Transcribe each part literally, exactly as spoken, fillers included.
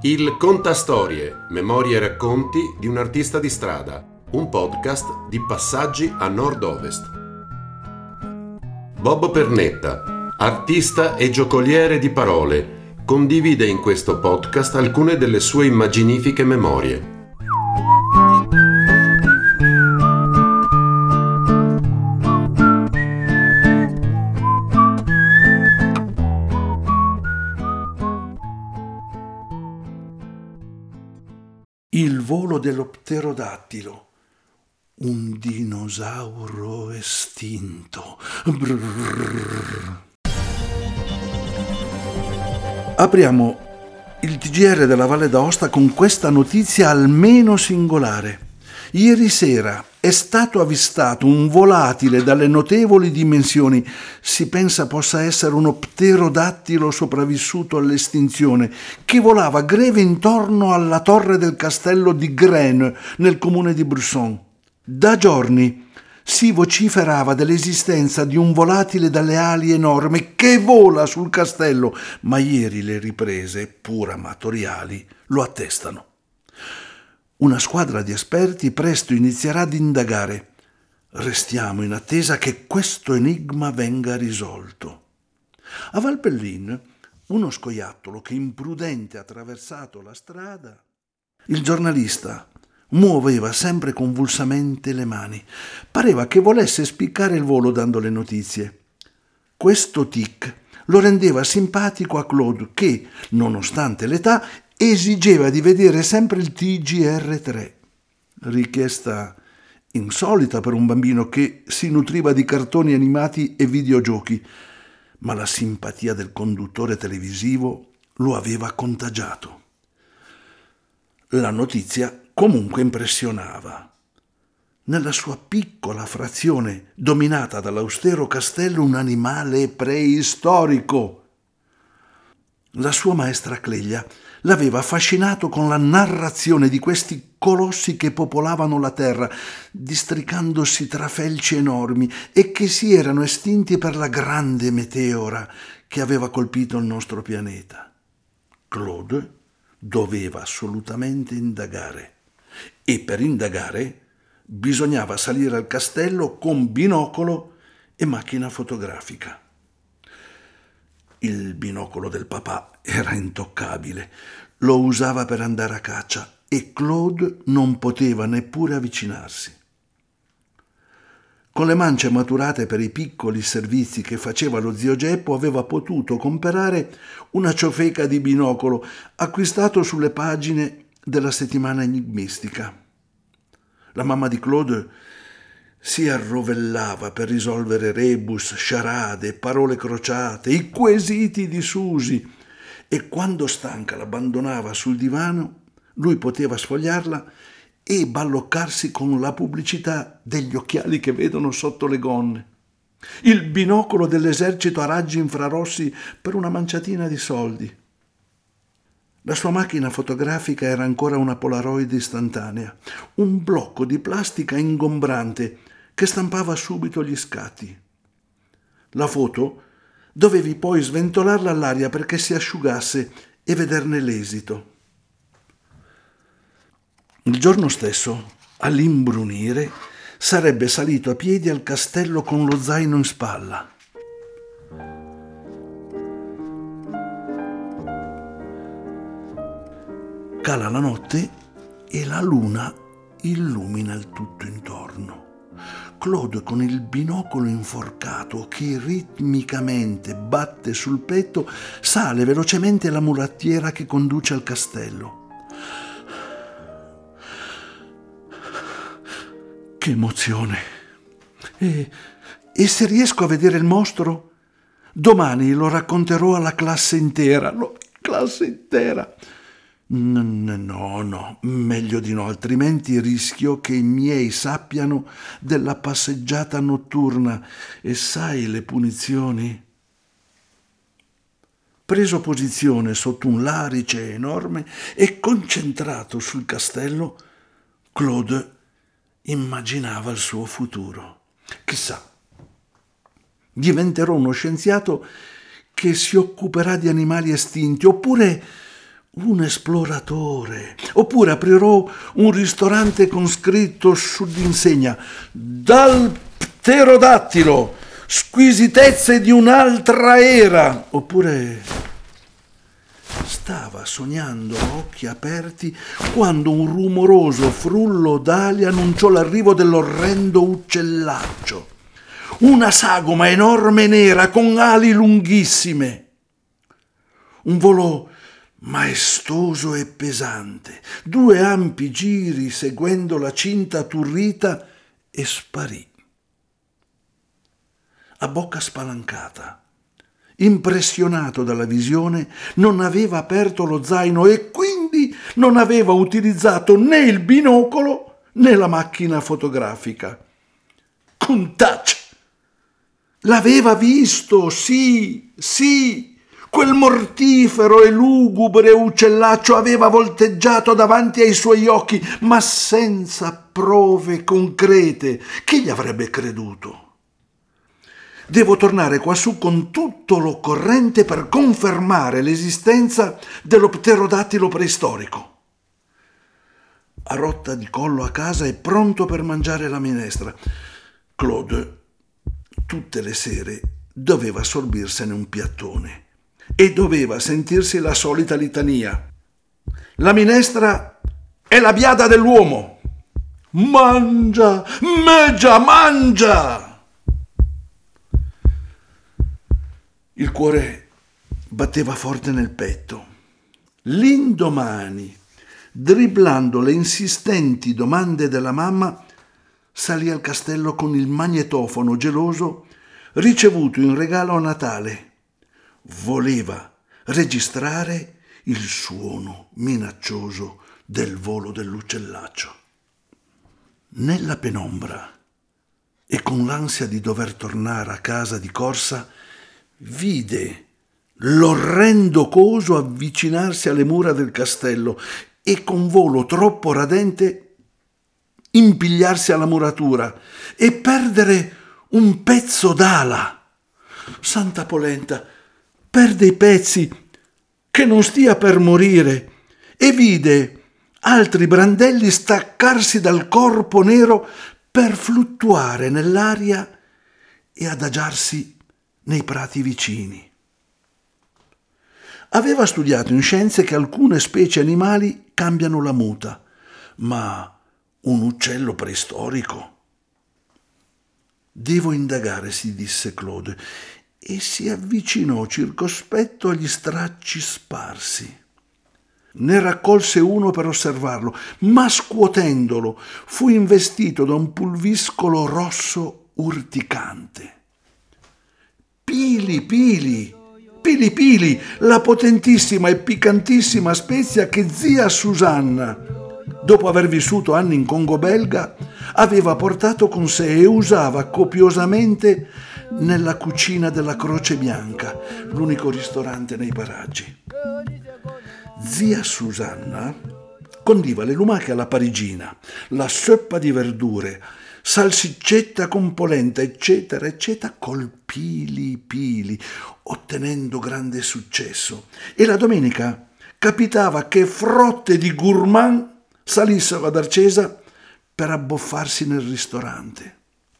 Il Contastorie, memorie e racconti di un artista di strada, un podcast di Passaggi a Nord-Ovest. Bob Pernetta, artista e giocoliere di parole, condivide in questo podcast alcune delle sue immaginifiche memorie. Il volo dello pterodattilo, un dinosauro estinto. Brrr. Apriamo il T G R della Valle d'Aosta con questa notizia almeno singolare. Ieri sera è stato avvistato un volatile dalle notevoli dimensioni. Si pensa possa essere uno pterodattilo sopravvissuto all'estinzione che volava greve intorno alla torre del castello di Graines nel comune di Bresson. Da giorni si vociferava dell'esistenza di un volatile dalle ali enormi che vola sul castello, ma ieri le riprese, pur amatoriali, lo attestano. Una squadra di esperti presto inizierà ad indagare. Restiamo in attesa che questo enigma venga risolto. A Valpellin, uno scoiattolo che imprudente ha attraversato la strada. Il giornalista muoveva sempre convulsamente le mani. Pareva che volesse spiccare il volo dando le notizie. Questo tic lo rendeva simpatico a Claude che, nonostante l'età, esigeva di vedere sempre il T G R tre, richiesta insolita per un bambino che si nutriva di cartoni animati e videogiochi, ma la simpatia del conduttore televisivo lo aveva contagiato. La notizia comunque impressionava. Nella sua piccola frazione, dominata dall'austero castello, un animale preistorico. La sua maestra Cleglia l'aveva affascinato con la narrazione di questi colossi che popolavano la terra, districandosi tra felci enormi e che si erano estinti per la grande meteora che aveva colpito il nostro pianeta. Claude doveva assolutamente indagare e per indagare bisognava salire al castello con binocolo e macchina fotografica. Il binocolo del papà era intoccabile, lo usava per andare a caccia e Claude non poteva neppure avvicinarsi. Con le mance maturate per i piccoli servizi che faceva lo zio Geppo aveva potuto comprare una ciofeca di binocolo acquistato sulle pagine della settimana enigmistica. La mamma di Claude si arrovellava per risolvere rebus, sciarade, parole crociate, i quesiti di Susi e quando stanca l'abbandonava sul divano, lui poteva sfogliarla e balloccarsi con la pubblicità degli occhiali che vedono sotto le gonne, il binocolo dell'esercito a raggi infrarossi per una manciatina di soldi. La sua macchina fotografica era ancora una Polaroid istantanea, un blocco di plastica ingombrante che stampava subito gli scatti. La foto dovevi poi sventolarla all'aria perché si asciugasse e vederne l'esito. Il giorno stesso, all'imbrunire, sarebbe salito a piedi al castello con lo zaino in spalla. Cala la notte e la luna illumina il tutto intorno. Claude, con il binocolo inforcato che ritmicamente batte sul petto, sale velocemente la mulattiera che conduce al castello. Che emozione! E, e se riesco a vedere il mostro? Domani lo racconterò alla classe intera. Lo, classe intera! No, no, meglio di no, altrimenti rischio che i miei sappiano della passeggiata notturna e sai le punizioni? Preso posizione sotto un larice enorme e concentrato sul castello, Claude immaginava il suo futuro. Chissà, diventerò uno scienziato che si occuperà di animali estinti, oppure un esploratore. Oppure aprirò un ristorante con scritto sull'insegna: dal pterodattilo, squisitezze di un'altra era. Oppure stava sognando a occhi aperti quando un rumoroso frullo d'ali annunciò l'arrivo dell'orrendo uccellaccio. Una sagoma enorme e nera con ali lunghissime. Un volo maestoso e pesante, due ampi giri seguendo la cinta turrita, e sparì. A bocca spalancata, impressionato dalla visione, non aveva aperto lo zaino e quindi non aveva utilizzato né il binocolo né la macchina fotografica. Contaccia! L'aveva visto, sì, sì! Quel mortifero e lugubre uccellaccio aveva volteggiato davanti ai suoi occhi, ma senza prove concrete. Chi gli avrebbe creduto? Devo tornare quassù con tutto l'occorrente per confermare l'esistenza dello pterodattilo preistorico. A rotta di collo a casa e pronto per mangiare la minestra. Claude, tutte le sere, doveva sorbirsene un piattone. E doveva sentirsi la solita litania: la minestra è la biada dell'uomo. Mangia, mangia, mangia! Il cuore batteva forte nel petto. L'indomani, dribblando le insistenti domande della mamma, salì al castello con il magnetofono geloso ricevuto in regalo a Natale. Voleva registrare il suono minaccioso del volo dell'uccellaccio. Nella penombra e con l'ansia di dover tornare a casa di corsa, vide l'orrendo coso avvicinarsi alle mura del castello e con volo troppo radente impigliarsi alla muratura e perdere un pezzo d'ala. Santa polenta, perde i pezzi, che non stia per morire, e vide altri brandelli staccarsi dal corpo nero per fluttuare nell'aria e adagiarsi nei prati vicini. Aveva studiato in scienze che alcune specie animali cambiano la muta, ma un uccello preistorico? Devo indagare, si disse Claude, e si avvicinò circospetto agli stracci sparsi. Ne raccolse uno per osservarlo, ma scuotendolo fu investito da un pulviscolo rosso urticante. Pili, pili, pili, pili, la potentissima e piccantissima spezia che zia Susanna, dopo aver vissuto anni in Congo belga, aveva portato con sé e usava copiosamente nella cucina della Croce Bianca, l'unico ristorante nei paraggi. Zia Susanna condiva le lumache alla parigina, la zuppa di verdure, salsiccetta con polenta, eccetera, eccetera, col pili pili, ottenendo grande successo. E la domenica capitava che frotte di gourmand salissero ad Arcesa per abboffarsi nel ristorante.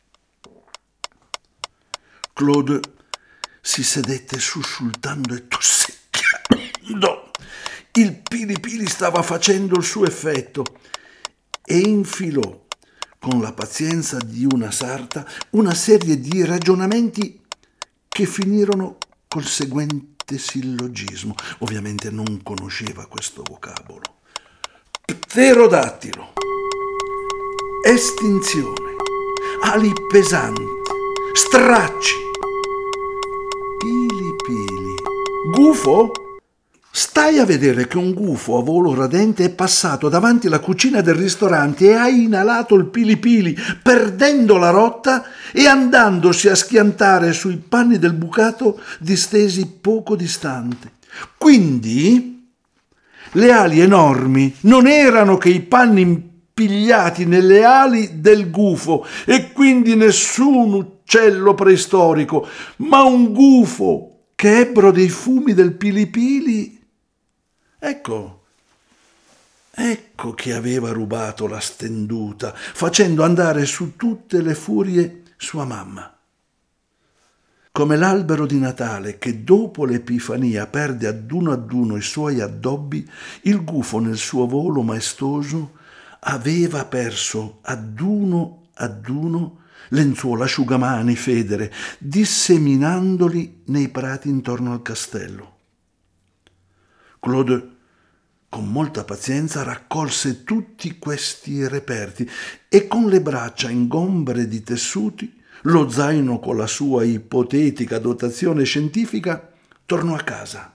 Claude si sedette sussultando e tossicchiando. Il pili pili stava facendo il suo effetto e infilò, con la pazienza di una sarta, una serie di ragionamenti che finirono col seguente sillogismo. Ovviamente non conosceva questo vocabolo. Pterodattilo, estinzione, ali pesanti, stracci, pili pili, gufo? Stai a vedere che un gufo a volo radente è passato davanti alla cucina del ristorante e ha inalato il pili pili, perdendo la rotta e andandosi a schiantare sui panni del bucato distesi poco distante. Quindi le ali enormi non erano che i panni impigliati nelle ali del gufo e quindi nessun uccello preistorico, ma un gufo che ebbro dei fumi del pili pili Ecco, ecco che aveva rubato la stenduta, facendo andare su tutte le furie sua mamma. Come l'albero di Natale che dopo l'Epifania perde ad uno ad uno i suoi addobbi, il gufo nel suo volo maestoso aveva perso ad uno ad uno lenzuola, asciugamani, federe, disseminandoli nei prati intorno al castello. Claude, con molta pazienza, raccolse tutti questi reperti e con le braccia ingombre di tessuti, lo zaino con la sua ipotetica dotazione scientifica, tornò a casa.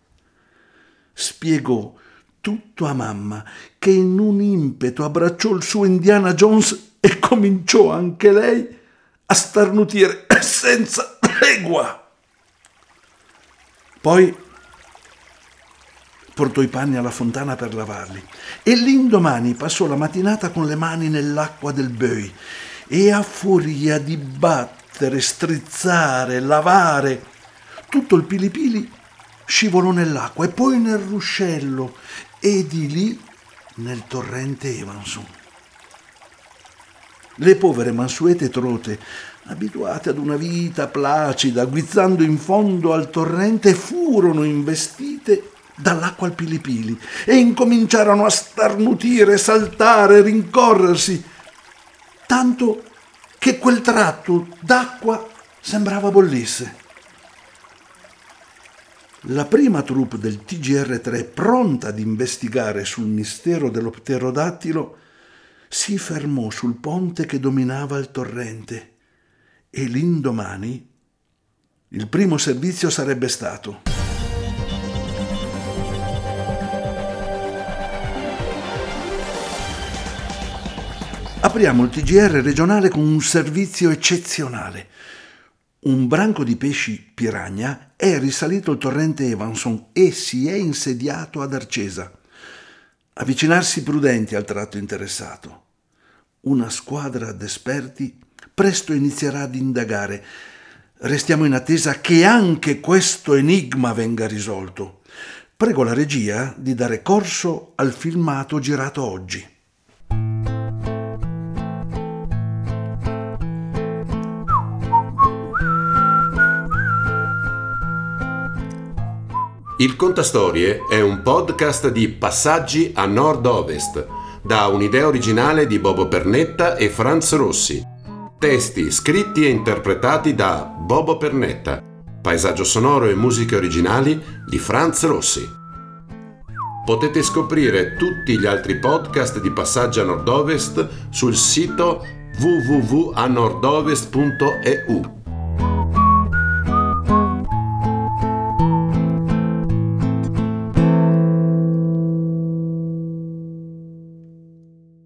Spiegò tutto a mamma, che in un impeto abbracciò il suo Indiana Jones e cominciò anche lei a starnutire senza tregua. Poi portò i panni alla fontana per lavarli e l'indomani passò la mattinata con le mani nell'acqua del Beuil e a furia di battere, strizzare, lavare, tutto il pilipili scivolò nell'acqua e poi nel ruscello e di lì nel torrente Evanson. Le povere mansuete trote, abituate ad una vita placida, guizzando in fondo al torrente, furono investite dall'acqua al pilipili e incominciarono a starnutire, saltare, rincorrersi, tanto che quel tratto d'acqua sembrava bollisse. La prima troupe del T G R tre, pronta ad investigare sul mistero dello pterodattilo, si fermò sul ponte che dominava il torrente e l'indomani il primo servizio sarebbe stato: apriamo il T G R regionale con un servizio eccezionale. Un branco di pesci piragna è risalito il torrente Evanson e si è insediato ad Arcesa. Avvicinarsi prudenti al tratto interessato. Una squadra d'esperti presto inizierà ad indagare. Restiamo in attesa che anche questo enigma venga risolto. Prego la regia di dare corso al filmato girato oggi. Il Contastorie è un podcast di Passaggi a Nord-Ovest, da un'idea originale di Bobo Pernetta e Franz Rossi. Testi scritti e interpretati da Bobo Pernetta. Paesaggio sonoro e musiche originali di Franz Rossi. Potete scoprire tutti gli altri podcast di Passaggi a Nord-Ovest sul sito w w w punto a nordovest punto e u.